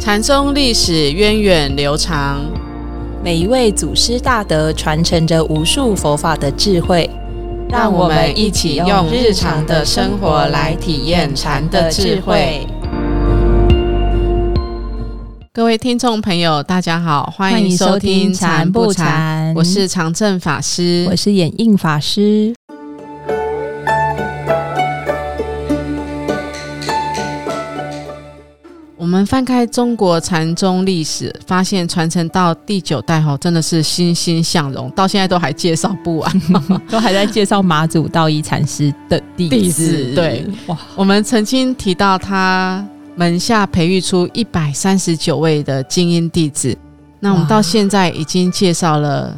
禅宗历史源远流长， 每一位祖师大德传承着无数佛法的智慧， 让我们一起用日常的生活来体验禅的智慧。各位听众朋友大家好，欢迎收听禅不禅，我是常正法师， 我是演印法师。 我们翻开中国禅宗历史，发现传承到第9代后真的是欣欣向荣，到现在都还介绍不完都还在介绍马祖道一禅师的弟子。 对，哇，我们曾经提到他门下培育出139位的精英弟子，那我们到现在已经介绍了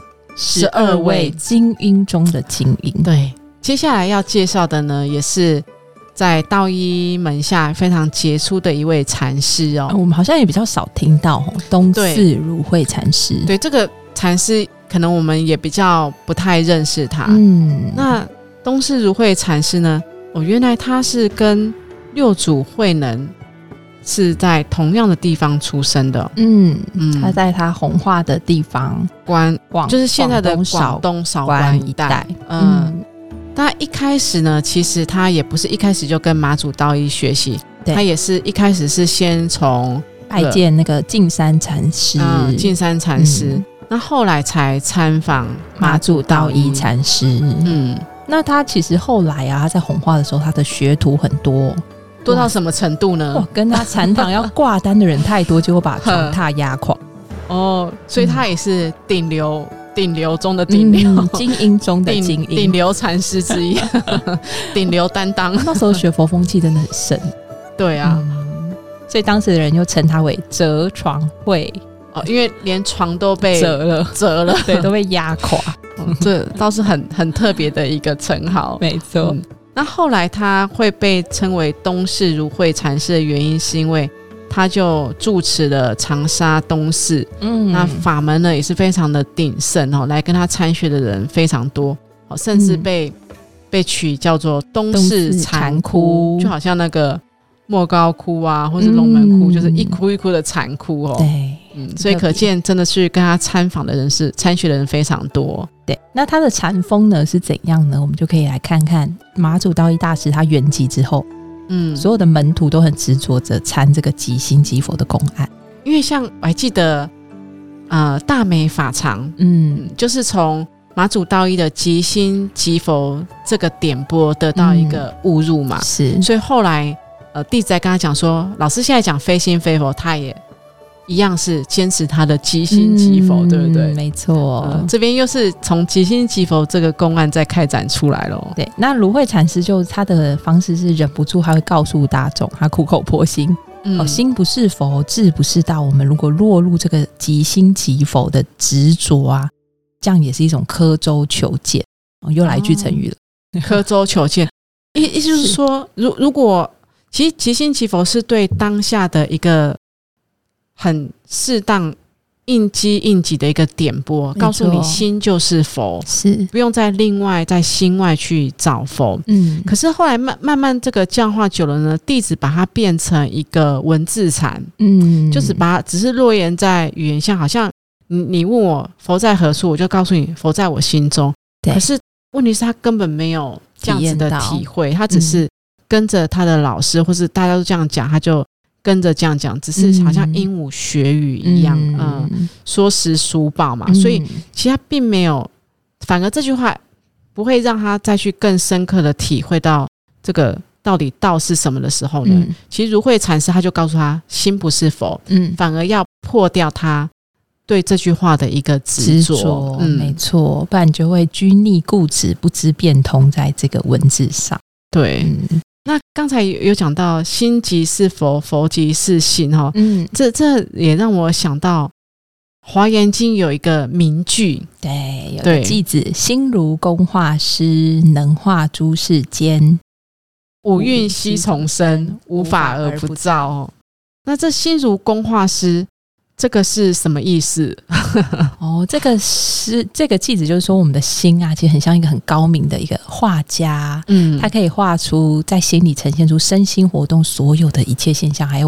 12位精英中的精英。 对，接下来要介绍的呢，也是在道一门下非常杰出的一位禅师哦。 我们好像也比较少听到东寺如慧禅师。 对，这个禅师可能我们也比较不太认识他。那东寺如慧禅师呢，原来他是跟六祖慧能是在同样的地方出生的。 他在他弘化的地方就是现在的广东韶关一带。他一开始呢，其实他也不是一开始就跟马祖道一学习，他也是一开始是先从拜见那个径山禅师， 那后来才参访马祖道一禅师。那他其实后来啊，他在弘化的时候，他的学徒很多到什么程度呢？ 跟他禅堂要挂单的人太多，结果把床榻压垮。 所以他也是顶流中的顶流， 精英中的精英， 顶流禅师之一顶流担当。 那时候学佛风气真的很盛。 对啊， 所以当时的人又称他为折床会。 因为连床都被折了对，都被压垮。 这倒是很特别的一个称号。 没错。 那后来他会被称为东寺如慧禅师的原因，是因为他就住持了长沙东寺。那法门呢也是非常的鼎盛，来跟他参学的人非常多，甚至被取叫做东寺禅窟，就好像那个莫高窟啊，或是龙门窟，就是一窟一窟的禅窟。 对， 所以可见真的是跟他参学的人非常多。 对，那他的禅风呢是怎样呢？我们就可以来看看马祖道一大师他圆寂之后，所有的门徒都很执着着参这个即心即佛的公案。因为像我还记得大美法常，就是从马祖道一的即心即佛这个点拨得到一个悟入嘛。 是， 所以后来弟子在跟他讲说，老师现在讲非心非佛，他也一样是坚持他的即心即佛，对不对？ 没错。 这边又是从即心即佛这个公案再开展出来了。 对，那如慧禅师就他的方式是忍不住，他会告诉大众，他苦口婆心，心不是佛，智不是道。我们如果落入这个即心即佛的执着啊，这样也是一种刻舟求剑。又来一句成语了， 刻舟求剑。意思就是说，如果其实即心即佛是对当下的一个很适当应机应急的一个点拨，告诉你心就是佛， 是不用再另外在心外去找佛。可是后来慢慢这个教化久了呢，弟子把它变成一个文字禅，就只是落言在语言上，好像你问我佛在何处，我就告诉你佛在我心中。可是问题是他根本没有这样子的体会，他只是跟着他的老师，或是大家都这样讲，他就跟着这样讲，只是好像鹦鹉学语一样，说实书报嘛。所以其实他并没有，反而这句话不会让他再去更深刻的体会到这个到底道是什么的时候呢，其实如慧禅师他就告诉他心不是佛，反而要破掉他对这句话的一个执着。 没错，不然你就会拘泥固执，不知变通在这个文字上。 对。那刚才有讲到心即是佛，佛即是心。这也让我想到华严经有一个名句， 对，有个偈子，心如工画师，能画诸世间， 五蕴悉从生，无法而不造。那这心如工画师这个是什么意思？ 这个句子就是说，我们的心啊，其实很像一个很高明的一个画家，他可以画出在心里呈现出身心活动所有的一切现象，还有我们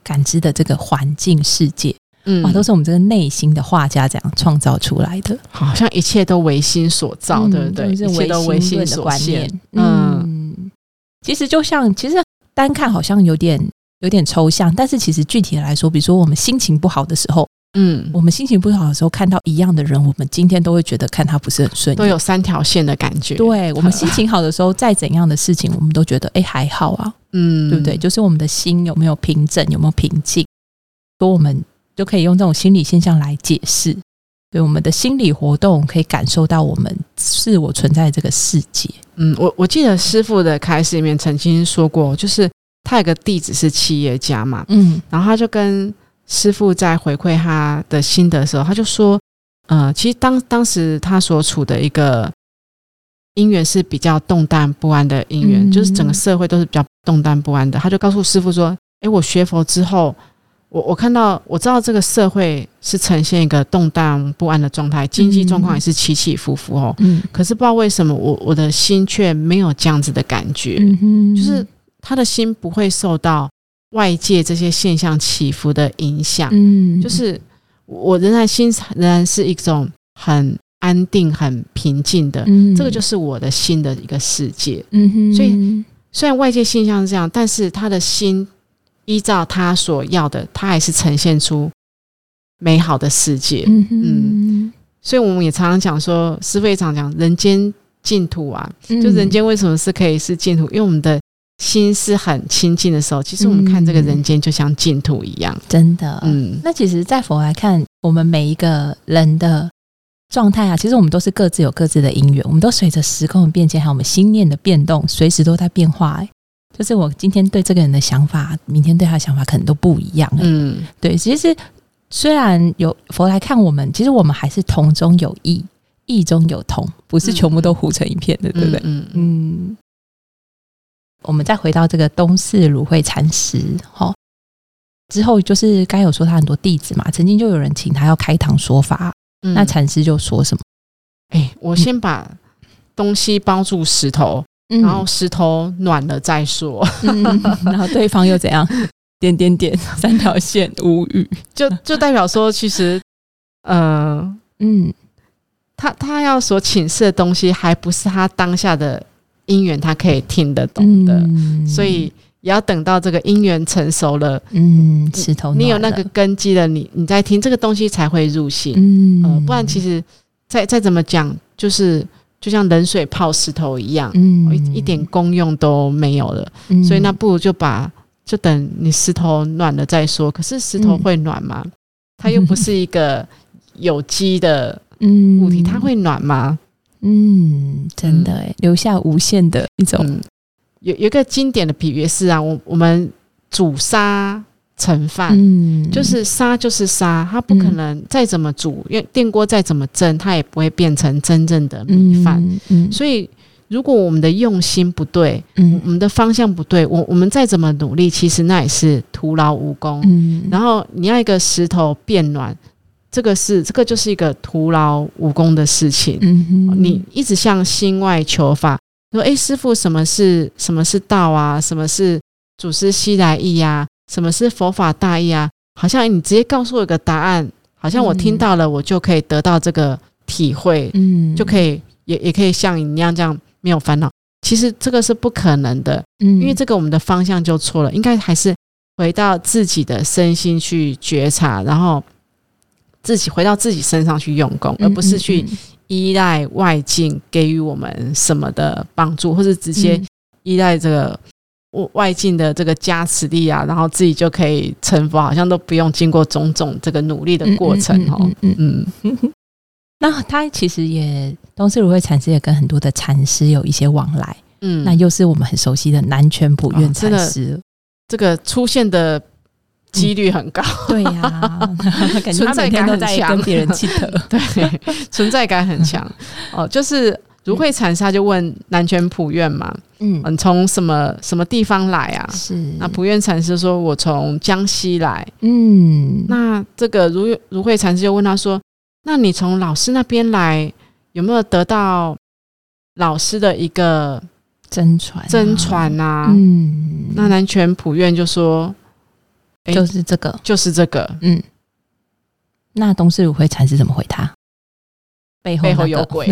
感知的这个环境世界，哇，都是我们这个内心的画家这样创造出来的， 好像一切都唯心所造，对不对？ 一切都唯心所现。其实其实单看好像有点抽象，但是其实具体的来说，比如说我们心情不好的时候，我们心情不好的时候看到一样的人，我们今天都会觉得看他不是很顺眼， 都有3条线的感觉。 对，我们心情好的时候，再怎样的事情，我们都觉得还好啊，对不对？就是我们的心有没有平整，有没有平静，所以我们就可以用这种心理现象来解释。对，我们的心理活动可以感受到我们自我存在的这个世界。 我记得师父的开示里面曾经说过，就是他有个弟子是企业家嘛，然后他就跟师父在回馈他的心得的时候，他就说，其实当时他所处的一个因缘是比较动荡不安的因缘，就是整个社会都是比较动荡不安的。他就告诉师父说，我学佛之后，我看到我知道这个社会是呈现一个动荡不安的状态，经济状况也是起起伏伏哦。可是不知道为什么我的心却没有这样子的感觉，就是他的心不会受到外界这些现象起伏的影响，就是我心仍然是一种很安定很平静的，这个就是我的心的一个世界。所以虽然外界现象是这样，但是他的心依照他所要的，他还是呈现出美好的世界。所以我们也常常讲说，师父也常讲人间净土啊，就人间为什么是可以是净土，因为我们的心是很清净的时候，其实我们看这个人间就像净土一样， 真的。那其实在佛来看，我们每一个人的状态啊，其实我们都是各自有各自的因缘，我们都随着时空的变迁还有我们心念的变动，随时都在变化。就是我今天对这个人的想法，明天对他的想法可能都不一样。对，其实虽然有佛来看我们，其实我们还是同中有异，异中有同，不是全部都糊成一片的，对不对？我们再回到这个东寺芦慧禅师，之后就是刚有说他很多弟子嘛，曾经就有人请他要开堂说法，那禅师就说什么？ 我先把东西包住石头。然后石头暖了再说， 然后对方又怎样？点点点3条线无语， 就代表说，其实，他要所请示的东西，还不是他当下的因缘，他可以听得懂的，所以也要等到这个因缘成熟了， 石头你有那个根基了，你再听这个东西才会入心，不然其实再怎么讲，就像冷水泡石头一样，一点功用都没有了，所以那不如就等你石头暖了再说。可是石头会暖吗？它又不是一个有机的物体，它会暖吗？ 真的留下无限的一种。 有一个经典的比喻是啊，我们煮沙盛饭，就是沙就是沙，它不可能再怎么煮，因为电锅再怎么蒸，它也不会变成真正的米饭。所以如果我们的用心不对，我们的方向不对，我们再怎么努力，其实那也是徒劳无功。然后你要一个石头变暖，这个就是一个徒劳无功的事情。你一直向心外求法，说师父什么是道啊，什么是祖师西来意啊，什么是佛法大义啊，好像你直接告诉我一个答案，好像我听到了，我就可以得到这个体会，就可以也可以像你一样这样没有烦恼。其实这个是不可能的，因为这个我们的方向就错了，应该还是回到自己的身心去觉察，然后回到自己身上去用功，而不是去依赖外境给予我们什么的帮助，或是直接依赖这个外境的这个加持力啊，然后自己就可以成佛，好像都不用经过种种这个努力的过程。 那他其实东寺芦慧禅师也跟很多的禅师有一些往来，那又是我们很熟悉的南泉普愿禅师， 这个出现的几率很高。 对呀，感觉他每天都在跟别人气头， 对，存在感很强。就是芦慧禅师他就问南泉普愿嘛，你从什么地方来啊？是。那普愿禅师说我从江西来。那这个芦慧禅师就问他说，那你从老师那边来，有没有得到老师的一个真传啊？那南泉普愿就说就是这个， 就是这个。 那东四如慧禅师怎么回他？背后有鬼。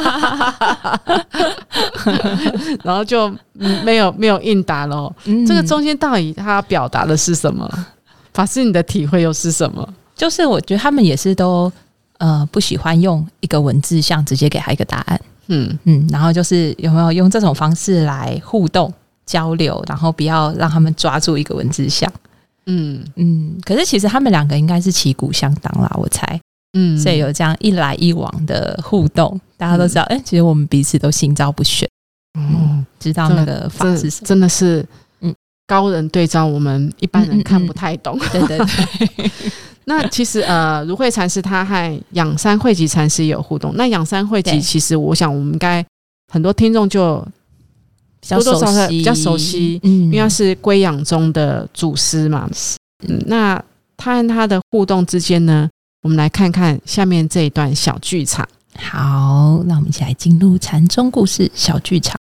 然后就没有应答咯。这个中间到底他表达的是什么？法师你的体会又是什么？ 就是我觉得他们也是都不喜欢用一个文字像直接给他一个答案。然后就是有没有用这种方式来互动交流，然后不要让他们抓住一个文字像。可是其实他们两个应该是旗鼓相当啦，我猜。所以有这样一来一往的互动，大家都知道，其实我们彼此都心照不宣。知道那个法是什么， 真的是高人对照，我们一般人看不太懂。 对对对。 那其实如慧禅师他和仰山慧吉禅师也有互动。那仰山慧吉其实我想我们应该很多听众就多多少少比较熟悉，因为他是归仰宗的祖师嘛。那他和他的互动之间呢，我们来看看下面这一段小剧场。 好，那我们一起来进入禅宗故事小剧场。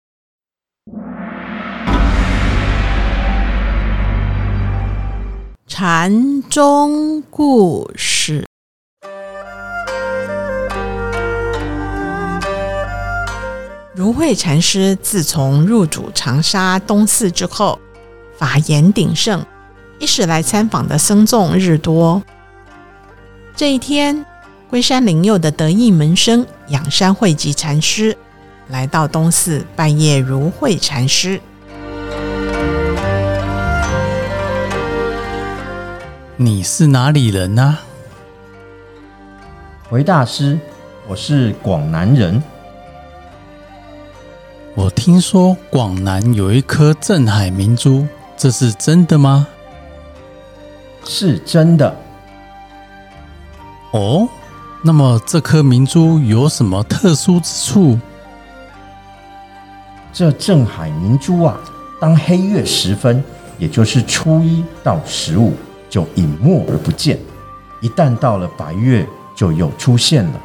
禅宗故事。如慧禅师自从入主长沙东寺之后，法言鼎盛，一时来参访的僧众日多。这一天，龟山灵佑的得意门生仰山慧吉禅师来到东寺拜谒如慧禅师。 你是哪里人啊？ 回大师，我是广南人。 我听说广南有一颗镇海明珠，这是真的吗？ 是真的。 哦，那么这颗明珠有什么特殊之处？ 这镇海明珠啊，当黑月时分，也就是初1到15，就隐没而不见，一旦到了白月，就又出现了。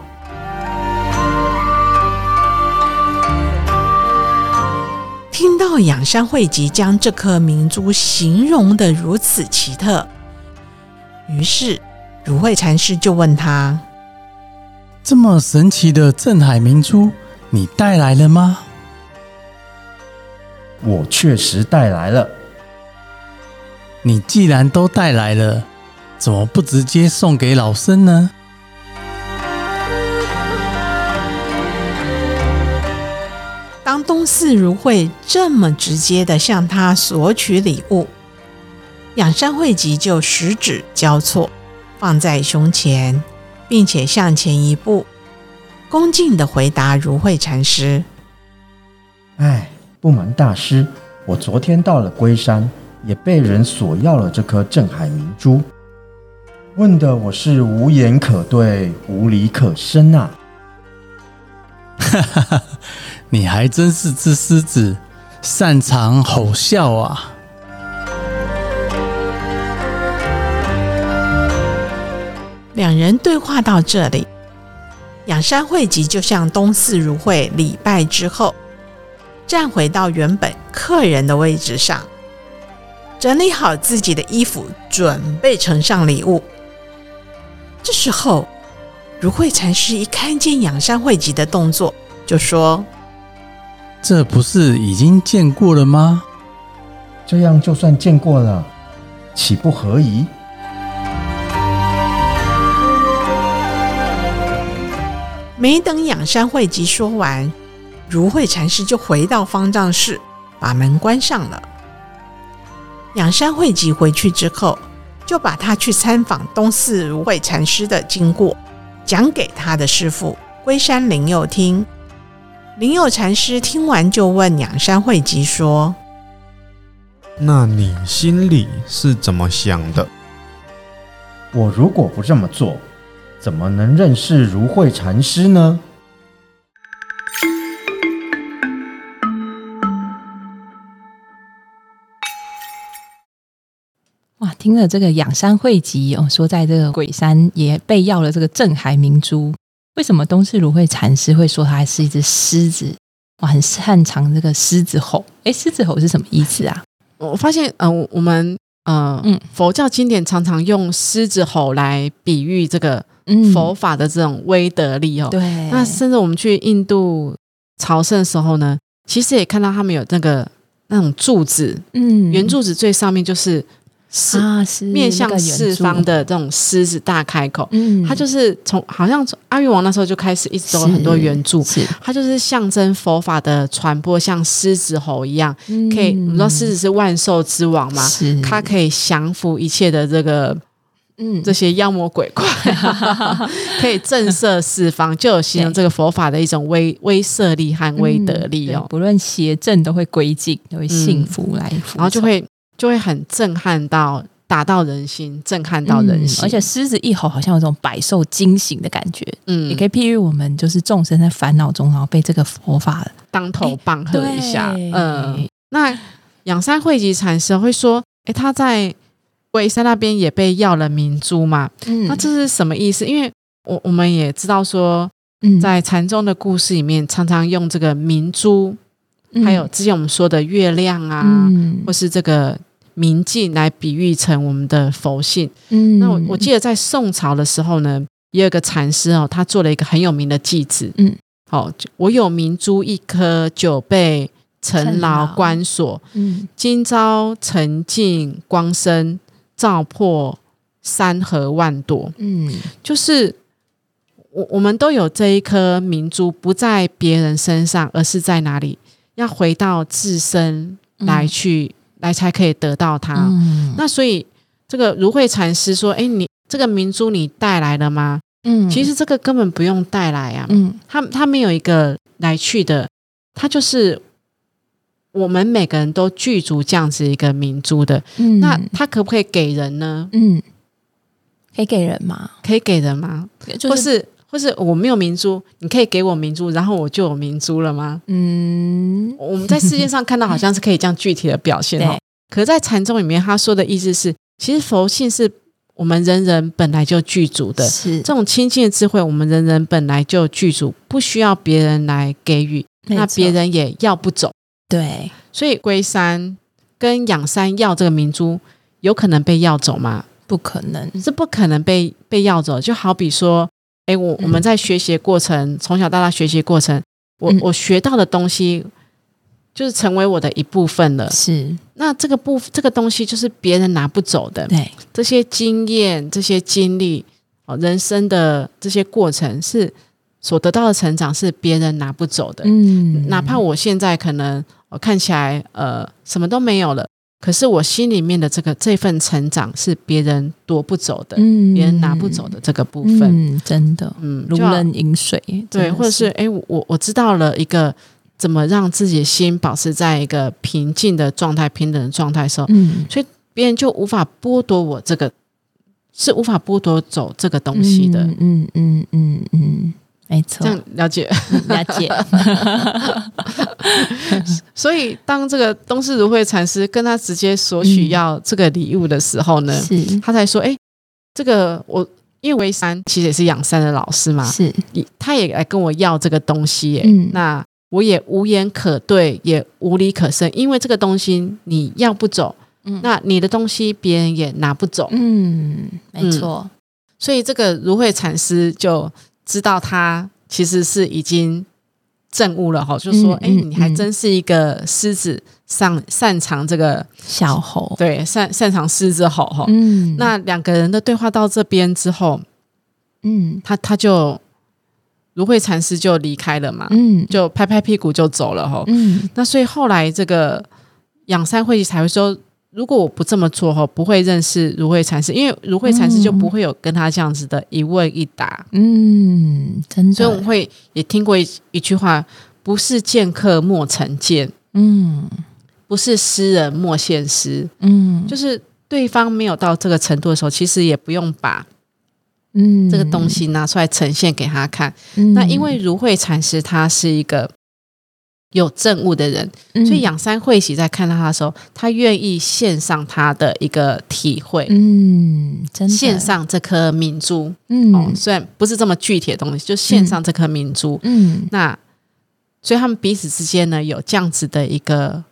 听到仰山慧吉将这颗明珠形容得如此奇特，于是如慧禅师就问他： 这么神奇的镇海明珠，你带来了吗？ 我确实带来了。 你既然都带来了，怎么不直接送给老僧呢？ 当东寺如慧这么直接地向他索取礼物，仰山慧吉就十指交错，放在胸前，并且向前一步，恭敬地回答如慧禅师： 不瞒大师，我昨天到了龟山，也被人索要了这颗镇海明珠，问的我是无言可对，无理可申啊。 哈哈哈，你还真是只狮子，擅长吼笑啊！ 两人对话到这里，仰山慧吉就向东寺如慧礼拜之后，站回到原本客人的位置上，整理好自己的衣服，准备呈上礼物。这时候，如慧禅师一看见仰山慧吉的动作，就说： 这不是已经见过了吗？ 这样就算见过了，岂不合宜？ 没等仰山慧吉说完，如慧禅师就回到方丈室，把门关上了。仰山慧吉回去之后，就把他去参访东寺如慧禅师的经过讲给他的师父龟山灵佑听。灵佑禅师听完就问仰山慧吉说： 那你心里是怎么想的？ 我如果不这么做，怎么能认识如慧禅师呢？ 哇，听了这个仰山慧吉说在这个鬼山也被要了这个镇海明珠，为什么东寺如慧禅师会说他是一只狮子？哇，很擅长这个狮子吼。狮子吼是什么意思啊？ 我发现我们佛教经典常常用狮子吼来比喻这个佛法的这种威德力哦。 对， 那甚至我们去印度朝圣的时候呢，其实也看到他们有那种柱子，圆柱子最上面就是面向四方的这种狮子大开口，它就是好像阿育王那时候就开始一直都有很多圆柱，它就是象征佛法的传播，像狮子吼一样，可以我们说狮子是万兽之王嘛，它可以降服一切的这些妖魔鬼怪，可以震慑四方，就有形容这个佛法的一种威慑力和威德力哦。 不论邪正都会归敬，都会信服来服从， 然后就会很震撼到打到人心，震撼到人心。 而且狮子一吼，好像有种百兽惊醒的感觉。也可以譬喻我们就是众生在烦恼中，然后被这个佛法当头棒喝一下。那仰山慧集禅师会说，他在龟山那边也被要了明珠嘛。那这是什么意思？因为我们也知道说，在禅宗的故事里面，常常用这个明珠。还有之前我们说的月亮啊，或是这个明镜来比喻成我们的佛性。那我记得在宋朝的时候呢，也有个禅师他做了一个很有名的偈子。我有明珠一颗，久被尘劳关锁。今朝澄净光生，照破山河万朵。就是我们都有这一颗明珠，不在别人身上，而是在哪里？要回到自身来才可以得到它。那所以这个如慧禅师说，你这个明珠你带来了吗？其实这个根本不用带来啊。他没有一个来去的，他就是我们每个人都具足这样子一个明珠的。那他可不可以给人呢？ 可以给人吗？ 可以给人吗？或是我没有明珠，你可以给我明珠，然后我就有明珠了吗？我们在世界上看到好像是可以这样具体的表现可是在禅宗里面他说的意思是，其实佛性是我们人人本来就具足的，是这种清净的智慧我们人人本来就具足，不需要别人来给予，那别人也要不走。对，所以龟山跟仰山要这个明珠有可能被要走吗？不可能，是不可能被要走。就好比说我们在学习的过程，从小到大学习的过程，我学到的东西就是成为我的一部分了。是，那这个东西就是别人拿不走的。对，这些经验、这些经历，人生的这些过程是所得到的成长，是别人拿不走的。哪怕我现在可能看起来什么都没有了。可是我心里面的这份成长是别人夺不走的，别人拿不走的这个部分。真的，如人饮水。对，或者是我知道了一个怎么让自己的心保持在一个平静的状态、平等的状态的时候，所以别人就无法剥夺我这个，是无法剥夺走这个东西的。没错，这样了解所以当这个东师如慧禅师跟他直接索取要这个礼物的时候呢，他才说这个因为龟山其实也是仰山的老师嘛，是他也来跟我要这个东西那我也无言可对，也无理可申，因为这个东西你要不走，那你的东西别人也拿不走。没错，所以这个如慧禅师就知道他其实是已经证悟了就说你还真是一个狮子，擅长这个小吼，对，擅长狮子吼那两个人的对话到这边之后，他就如慧禅师就离开了嘛，就拍拍屁股就走了那所以后来这个仰山慧集才会说，如果我不这么做不会认识如慧禅师，因为如慧禅师就不会有跟他这样子的一问一答。真的。所以我们会也听过一句话，不是剑客莫成剑，不是诗人莫现诗。就是对方没有到这个程度的时候，其实也不用把这个东西拿出来呈现给他看。那因为如慧禅师他是一个有证悟的人，所以仰山慧喜在看到他的时候，他愿意献上他的一个体会，真的献上这颗明珠。虽然不是这么具体的东西，就献上这颗明珠。那所以他们彼此之间呢有这样子的一个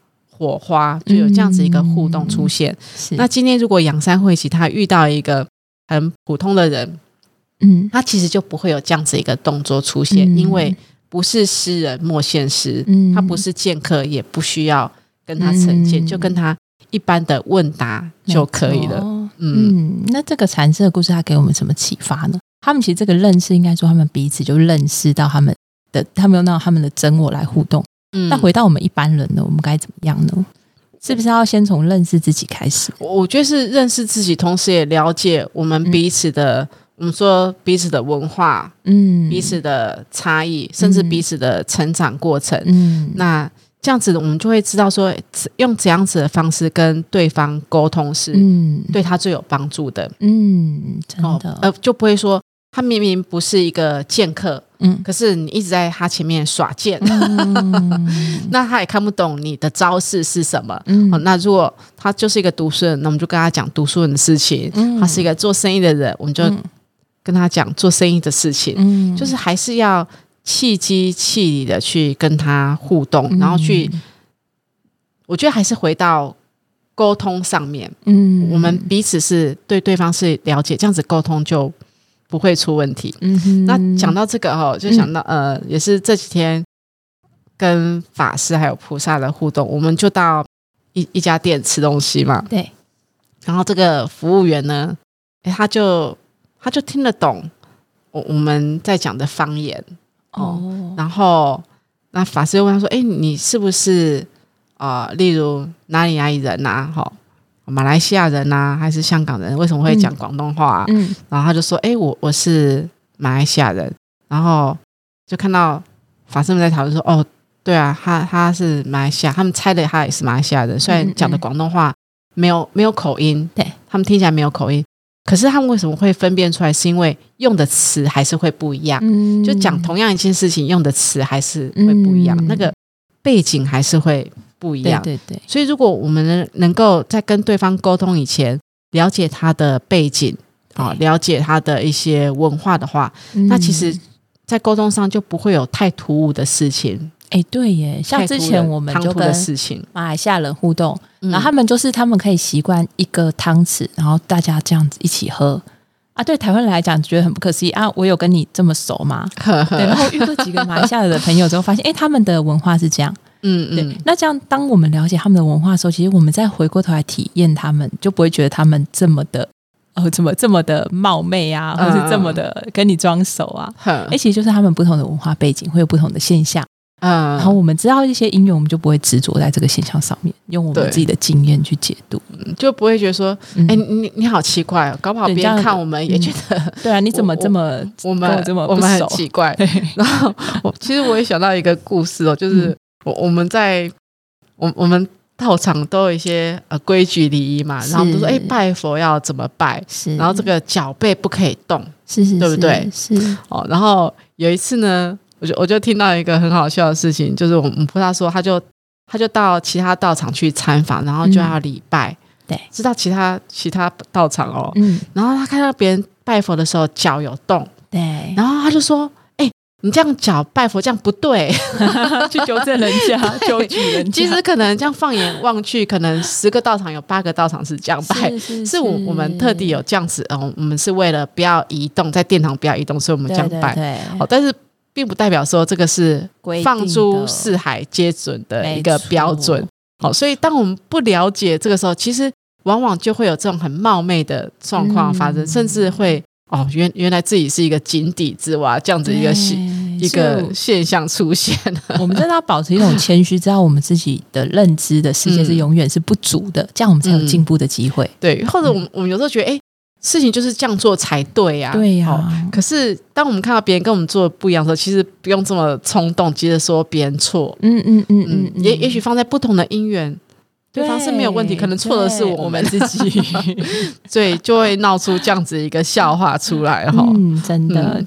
火花，就有这样子一个互动出现。那今天如果仰山慧吉他遇到一个很普通的人，他其实就不会有这样子一个动作出现，因为不是诗人莫现诗，他不是剑客，也不需要跟他成见，就跟他一般的问答就可以了。 那这个禅师的故事他给我们什么启发呢？他们其实这个认识应该说他们彼此就认识到他们用到他们的真我来互动。那回到我们一般人呢，我们该怎么样呢？是不是要先从认识自己开始？ 我觉得是认识自己，同时也了解我们彼此的，我们说彼此的文化，彼此的差异，甚至彼此的成长过程。那这样子我们就会知道说用怎样子的方式跟对方沟通是对他最有帮助的。 真的， 就不会说他明明不是一个剑客，可是你一直在他前面耍剑，那他也看不懂你的招式是什么。那如果他就是一个读书人，那我们就跟他讲读书人的事情。他是一个做生意的人，我们就跟他讲做生意的事情。就是还是要气机气理的去跟他互动，然后去我觉得还是回到沟通上面。我们彼此是对对方是了解，这样子沟通就不会出问题。那讲到这个就想到也是这几天跟法师还有菩萨的互动，我们就到一家店吃东西嘛。 对。 然后这个服务员呢，他就听得懂我们在讲的方言。然后那法师又问他说：“你是不是例如哪里人啊？马来西亚人啊，还是香港人？为什么会讲广东话啊？”然后他就说：“我是马来西亚人。”然后就看到法师们在讨论说：“哦，对啊，他是马来西亚，他们猜的他也是马来西亚人，虽然讲的广东话没有口音，对，他们听起来没有口音。”可是他们为什么会分辨出来？是因为用的词还是会不一样。就讲同样一件事情，用的词还是会不一样，那个背景还是会不一样。对。所以如果我们能够在跟对方沟通以前了解他的背景，了解他的一些文化的话，那其实在沟通上就不会有太突兀的事情。 对耶，像之前我们就跟马来西亚人互动，然后他们可以习惯一个汤匙，然后大家这样子一起喝啊。对台湾人来讲觉得很不可思议啊，我有跟你这么熟吗？对，然后遇过几个马来西亚的朋友之后发现他们的文化是这样。对，那这样当我们了解他们的文化的时候，其实我们再回过头来体验他们，就不会觉得他们这么的怎么这么的冒昧啊，或是这么的跟你装熟啊。其实就是他们不同的文化背景会有不同的现象。然后我们知道一些因缘，我们就不会执着在这个现象上面，用我们自己的经验去解读， 就不会觉得说你好奇怪哦，搞不好别人看我们也觉得对啊，你怎么这么我们很奇怪。然后其实我也想到一个故事就是我们在我们道场都有一些规矩礼仪嘛，然后我们都说拜佛要怎么拜，然后这个脚背不可以动，对不对？然后有一次呢，我就听到一个很好笑的事情，就是我们菩萨说他就到其他道场去参访，然后就要礼拜。对，知道其他道场然后他看到别人拜佛的时候脚有动，对，然后他就说你这样脚拜佛这样不对， 去纠正人家，纠举人家。 其实可能这样放眼望去，可能10个道场有8个道场是这样拜，是我们特地有这样子我们是为了不要移动，在殿堂不要移动，所以我们这样拜。对，但是并不代表说这个是放诸四海皆准的一个标准。所以当我们不了解这个时候，其实往往就会有这种很冒昧的状况发生，甚至会原来自己是一个井底之蛙这样子一个现象出现了。 我们真的要保持一种谦虚，知道我们自己的认知的世界是永远是不足的，这样我们才有进步的机会。 对，或者我们有时候觉得事情就是这样做才对啊。 对啊。 可是当我们看到别人跟我们做的不一样的时候，其实不用这么冲动急着说别人错。也许放在不同的因缘，对方是没有问题，可能错的是我们自己，所以就会闹出这样子一个笑话出来。 真的。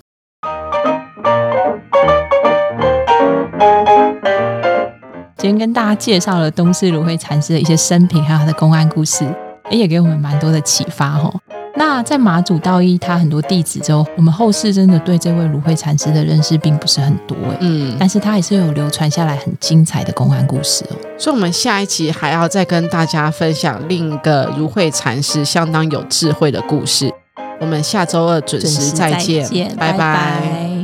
今天跟大家介绍了东势如慧禅师的一些生平，还有他的公案故事，也给我们蛮多的启发。 那在马祖道一他很多弟子之后，我们后世真的对这位芦荟禅师的认识并不是很多但是他还是有流传下来很精彩的公案故事所以我们下一集还要再跟大家分享另一个芦荟禅师相当有智慧的故事。我们下周二准时再见，拜拜。